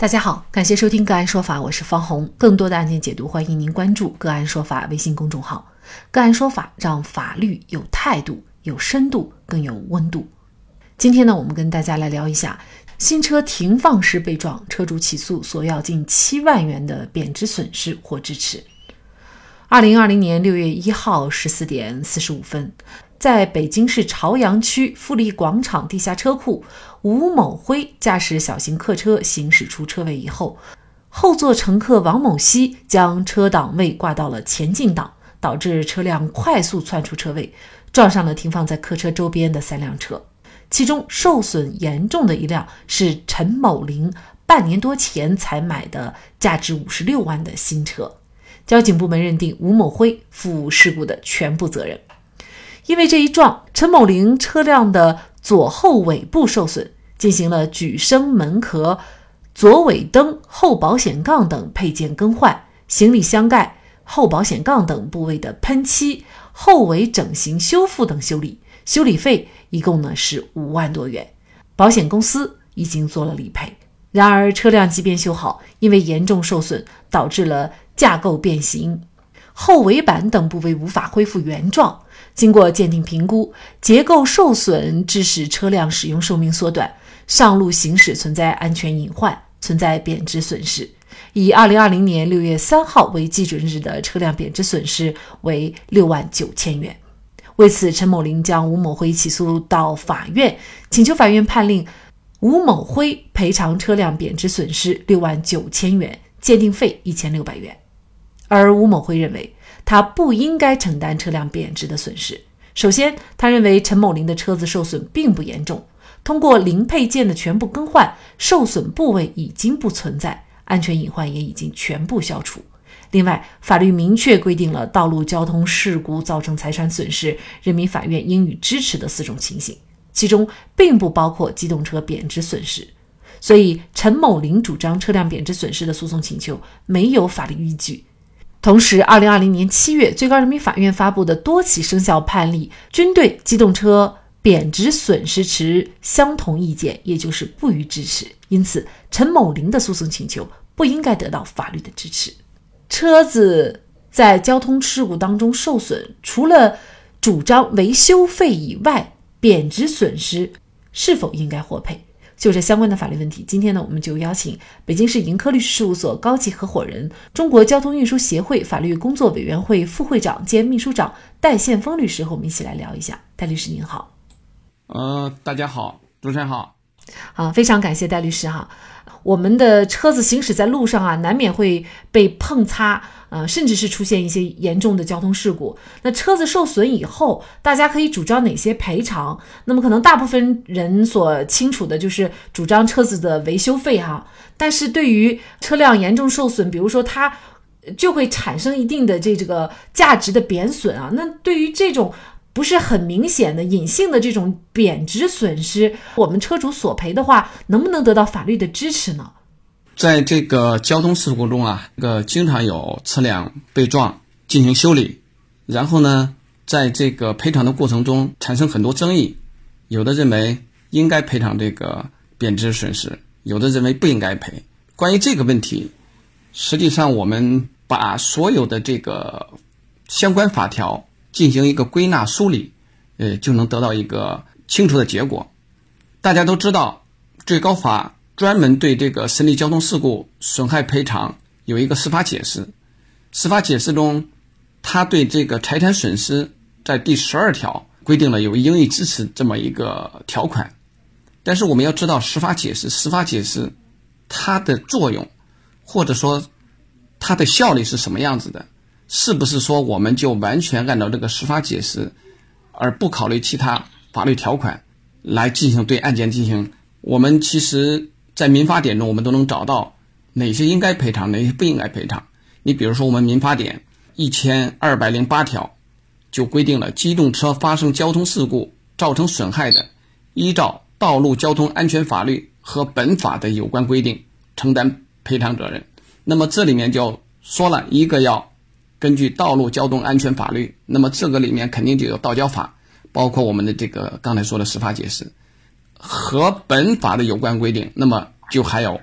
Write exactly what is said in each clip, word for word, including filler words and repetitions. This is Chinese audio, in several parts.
大家好，感谢收听个案说法，我是方红。更多的案件解读，欢迎您关注个案说法微信公众号。个案说法让法律有态度、有深度、更有温度。今天呢，我们跟大家来聊一下新车停放时被撞，车主起诉索要近七万元的贬值损失或支持。二零二零年六月一号十四点四十五分，在北京市朝阳区富力广场地下车库，吴某辉驾驶小型客车行驶出车位以后，后座乘客王某熙将车档位挂到了前进档，导致车辆快速窜出车位，撞上了停放在客车周边的三辆车。其中受损严重的一辆是陈某林半年多前才买的价值五十六万的新车。交警部门认定吴某辉负事故的全部责任。因为这一撞，陈某林车辆的左后尾部受损，进行了举升门壳、左尾灯、后保险杠等配件更换，行李箱盖、后保险杠等部位的喷漆、后尾整形修复等修理，修理费一共呢是五万多元，保险公司已经做了理赔。然而车辆即便修好，因为严重受损，导致了架构变形，后尾板等部位无法恢复原状。经过鉴定评估，结构受损致使车辆使用寿命缩短，上路行驶存在安全隐患，存在贬值损失。以二零二零年六月三号为基准日的车辆贬值损失为六万九千元。为此，陈某林将吴某辉起诉到法院，请求法院判令吴某辉赔偿车辆贬值损失六万九千元，鉴定费一千六百元。而吴某辉认为，他不应该承担车辆贬值的损失。首先，他认为陈某林的车子受损并不严重，通过零配件的全部更换，受损部位已经不存在，安全隐患也已经全部消除。另外，法律明确规定了道路交通事故造成财产损失，人民法院应予支持的四种情形，其中并不包括机动车贬值损失。所以，陈某林主张车辆贬值损失的诉讼请求没有法律依据。同时，二零二零年七月，最高人民法院发布的多起生效判例均对机动车贬值损失持相同意见，也就是不予支持。因此，陈某林的诉讼请求不应该得到法律的支持。车子在交通事故当中受损，除了主张维修费以外，贬值损失是否应该获赔？就这相关的法律问题，今天呢，我们就邀请北京市盈科律师事务所高级合伙人、中国交通运输协会法律工作委员会副会长兼秘书长戴宪锋律师和我们一起来聊一下。戴律师您好。 呃，大家好，主持人好。 啊，非常感谢戴律师哈。我们的车子行驶在路上啊，难免会被碰擦，呃，甚至是出现一些严重的交通事故。那车子受损以后，大家可以主张哪些赔偿？那么可能大部分人所清楚的就是主张车子的维修费哈。但是对于车辆严重受损，比如说它就会产生一定的这这个价值的贬损啊。那对于这种不是很明显的隐性的这种贬值损失，我们车主索赔的话，能不能得到法律的支持呢？ 在这个交通事故中啊，这个经常有车辆被撞进行修理，然后呢，在这个赔偿的过程中产生很多争议，有的认为应该赔偿这个贬值损失，有的认为不应该赔。关于这个问题，实际上我们把所有的这个相关法条进行一个归纳梳理，呃，就能得到一个清楚的结果。大家都知道，最高法专门对这个审理交通事故损害赔偿有一个司法解释。司法解释中，它对这个财产损失在第十二条规定了有应予支持这么一个条款。但是我们要知道，司法解释，司法解释它的作用，或者说它的效力是什么样子的？是不是说我们就完全按照这个司法解释，而不考虑其他法律条款来进行对案件进行？我们其实在民法典中我们都能找到哪些应该赔偿，哪些不应该赔偿。你比如说我们民法典一千二百零八条就规定了，机动车发生交通事故造成损害的，依照道路交通安全法律和本法的有关规定承担赔偿责任。那么这里面就说了，一个要根据道路交通安全法律，那么这个里面肯定就有道交法，包括我们的这个刚才说的司法解释和本法的有关规定，那么就还有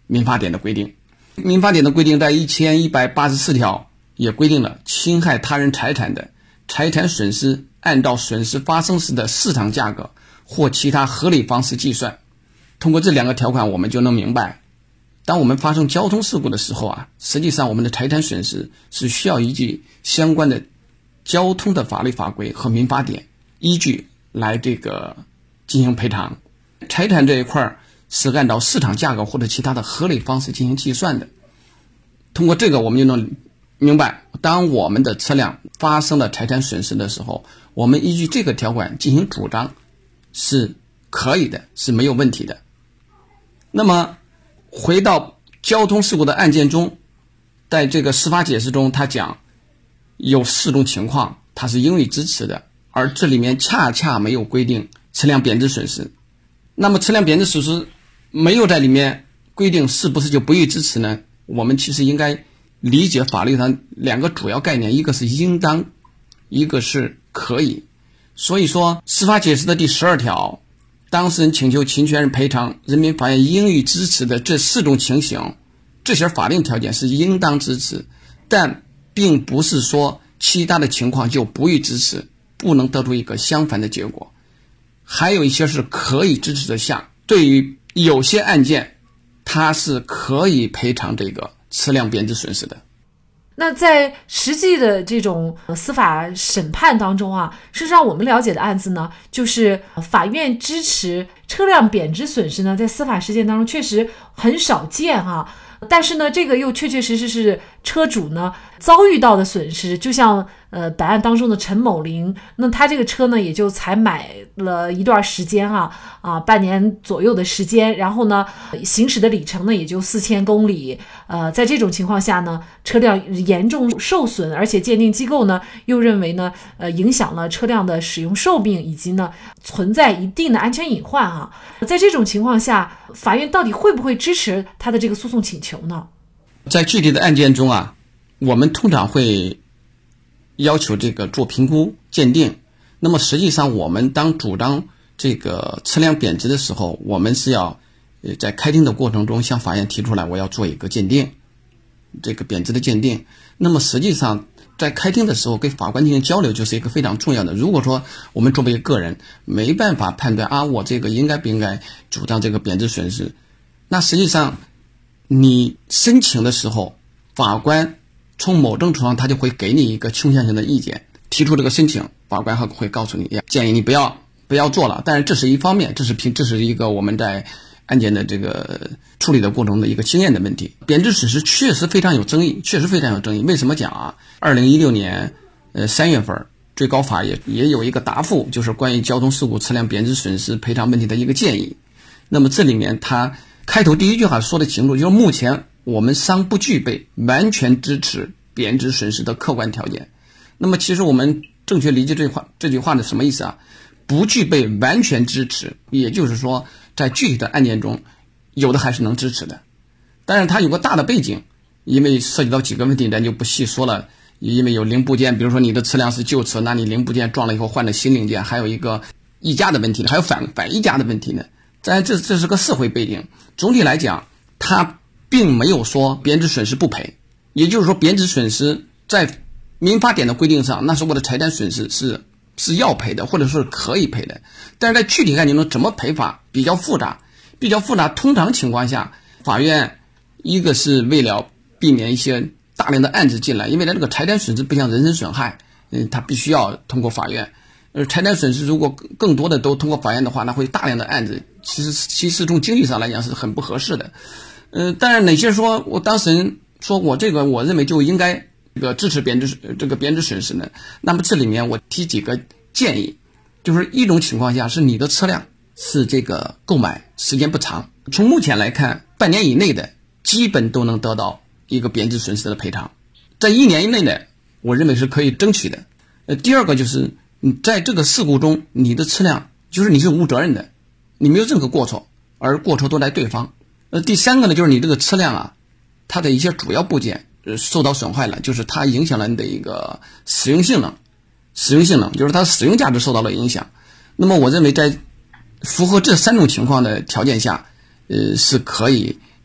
民法典的规定。民法典的规定在一千一百八十四条也规定了，侵害他人财产的财产损失按照损失发生时的市场价格或其他合理方式计算。通过这两个条款，我们就能明白，当我们发生交通事故的时候啊，实际上我们的财产损失是需要依据相关的交通的法律法规和民法典依据来这个进行赔偿。财产这一块是按照市场价格或者其他的合理方式进行计算的。通过这个我们就能明白，当我们的车辆发生了财产损失的时候，我们依据这个条款进行主张是可以的，是没有问题的。那么回到交通事故的案件中，在这个司法解释中他讲有四种情况它是应予支持的，而这里面恰恰没有规定车辆贬值损失。那么车辆贬值损失没有在里面规定，是不是就不予支持呢？我们其实应该理解法律上两个主要概念，一个是应当，一个是可以。所以说司法解释的第十二条，当事人请求侵权人赔偿，人民法院应予支持的这四种情形，这些法定条件是应当支持，但并不是说其他的情况就不予支持，不能得出一个相反的结果。还有一些是可以支持的项，对于有些案件它是可以赔偿这个车辆贬值损失的。 那在实际的这种司法审判当中啊，事实上我们了解的案子呢，就是法院支持车辆贬值损失呢，在司法实践当中确实很少见啊。但是呢，这个又确确实实是车主呢遭遇到的损失。就像呃本案当中的陈某林，那他这个车呢也就才买了一段时间啊啊半年左右的时间，然后呢行驶的里程呢也就四千公里。呃，在这种情况下呢，车辆严重受损，而且鉴定机构呢又认为呢呃影响了车辆的使用寿命，以及呢存在一定的安全隐患啊。在这种情况下，法院到底会不会支持他的这个诉讼请求呢？ 在具体的案件中啊，我们通常会要求这个做评估鉴定。那么实际上我们当主张这个车辆贬值的时候，我们是要呃在开庭的过程中向法院提出来，我要做一个鉴定，这个贬值的鉴定。那么实际上在开庭的时候跟法官进行交流就是一个非常重要的。如果说我们作为个人没办法判断啊，我这个应该不应该主张这个贬值损失，那实际上你申请的时候，法官从某种程度上他就会给你一个倾向性的意见，提出这个申请，法官还会告诉你，建议你不要不要做了。但是这是一方面，这是凭这是一个我们在案件的这个处理的过程中的一个经验的问题。贬值损失确实非常有争议，确实非常有争议。为什么讲啊？二零一六年呃三月份，最高法也也有一个答复，就是关于交通事故车辆贬值损失赔偿问题的一个建议。那么这里面他开头第一句话说的清楚，就是目前我们尚不具备完全支持贬值损失的客观条件。那么其实我们正确理解这句话这句话的什么意思啊？不具备完全支持，也就是说在具体的案件中有的还是能支持的。但是它有个大的背景，因为涉及到几个问题咱就不细说了。因为有零部件，比如说你的车辆是旧车，那你零部件撞了以后换了新零件，还有一个溢价的问题，还有反反溢价的问题呢。但这这是个社会背景。总体来讲，它并没有说贬值损失不赔，也就是说贬值损失在民法典的规定上，那是我的财产损失是是要赔的，或者是可以赔的。但是在具体案件中怎么赔法比较复杂，比较复杂。通常情况下，法院一个是为了避免一些大量的案子进来，因为它这个财产损失不像人身损害，嗯，它必须要通过法院。而财产损失如果更多的都通过法院的话，那会大量的案子，其实其实从经济上来讲是很不合适的。呃，当然哪些说我当事人说我这个我认为就应该这个支持贬值这个贬值损失呢？那么这里面我提几个建议，就是一种情况下是你的车辆是这个购买时间不长，从目前来看，半年以内的基本都能得到一个贬值损失的赔偿，在一年以内的，我认为是可以争取的。呃，第二个就是你在这个事故中，你的车辆就是你是无责任的，你没有任何过错，而过错都在对方。呃，第三个呢，就是你这个车辆啊，它的一些主要部件呃受到损坏了，就是它影响了你的一个使用性能，使用性能就是它使用价值受到了影响。那么我认为在符合这三种情况的条件下，呃，是可以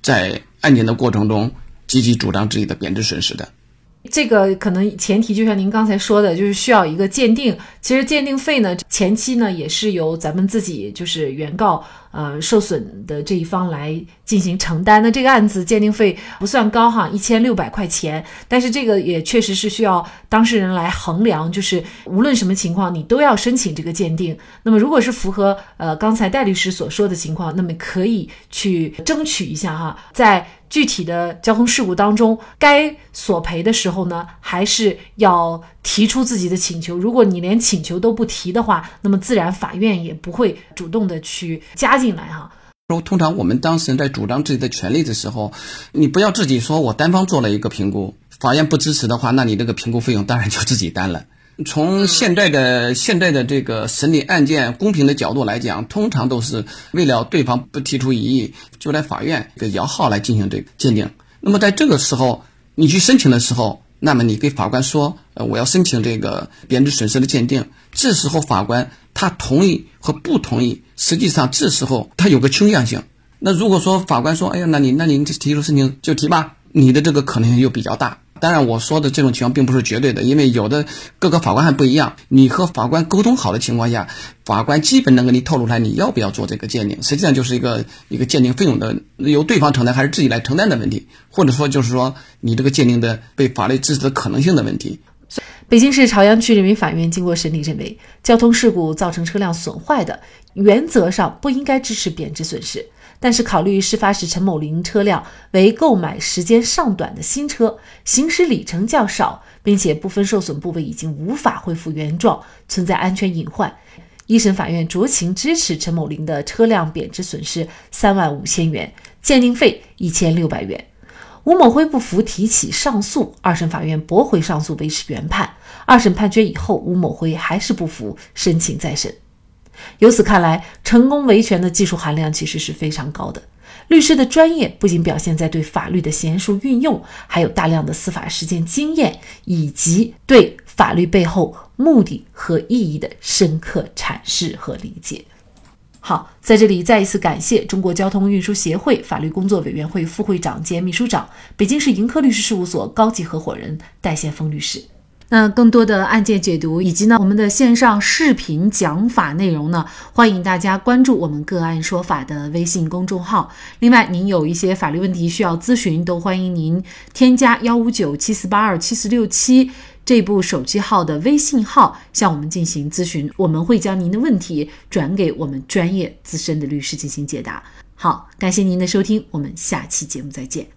在案件的过程中积极主张自己的贬值损失的。 这个可能前提就像您刚才说的，就是需要一个鉴定。其实鉴定费呢，前期呢也是由咱们自己就是原告呃受损的这一方来进行承担。那这个案子鉴定费不算高哈，一千六百块钱，但是这个也确实是需要当事人来衡量，就是无论什么情况你都要申请这个鉴定。那么如果是符合呃刚才戴律师所说的情况，那么可以去争取一下哈，在具体的交通事故当中该索赔的时候呢，还是要提出自己的请求。如果你连请求都不提的话，那么自然法院也不会主动的去加进来哈。 通常我们当事人在主张自己的权利的时候，你不要自己说我单方做了一个评估，法院不支持的话，那你这个评估费用当然就自己担了。从现在的现在的这个审理案件公平的角度来讲，通常都是为了对方不提出异议，就在法院给摇号来进行这个鉴定。那么在这个时候你去申请的时候，那么你给法官说呃，我要申请这个贬值损失的鉴定，这时候法官他同意和不同意，实际上这时候他有个倾向性。那如果说法官说哎呀，那你那你提出申请就提吧，你的这个可能性就比较大。当然我说的这种情况并不是绝对的，因为有的各个法官还不一样，你和法官沟通好的情况下，法官基本能给你透露出来你要不要做这个鉴定，实际上就是一个一个鉴定费用的由对方承担还是自己来承担的问题，或者说就是说你这个鉴定的被法律支持的可能性的问题。 北京市朝阳区人民法院经过审理认为，交通事故造成车辆损坏的，原则上不应该支持贬值损失。但是考虑事发时陈某林车辆为购买时间尚短的新车，行驶里程较少，并且部分受损部位已经无法恢复原状，存在安全隐患，一审法院酌情支持陈某林的车辆贬值损失三万五千元，鉴定费一千六百元。吴某辉不服提起上诉，二审法院驳回上诉，维持原判。二审判决以后，吴某辉还是不服，申请再审。由此看来，成功维权的技术含量其实是非常高的。律师的专业不仅表现在对法律的娴熟运用，还有大量的司法实践经验，以及对法律背后目的和意义的深刻阐释和理解。好，在这里再一次感谢中国交通运输协会法律工作委员会副会长兼秘书长、北京市盈科律师事务所高级合伙人戴先锋律师。那更多的案件解读以及呢我们的线上视频讲法内容呢，欢迎大家关注我们个案说法的微信公众号。另外您有一些法律问题需要咨询，都欢迎您添加一五九七四八二七四六七这部手机号的微信号向我们进行咨询，我们会将您的问题转给我们专业资深的律师进行解答。好，感谢您的收听，我们下期节目再见。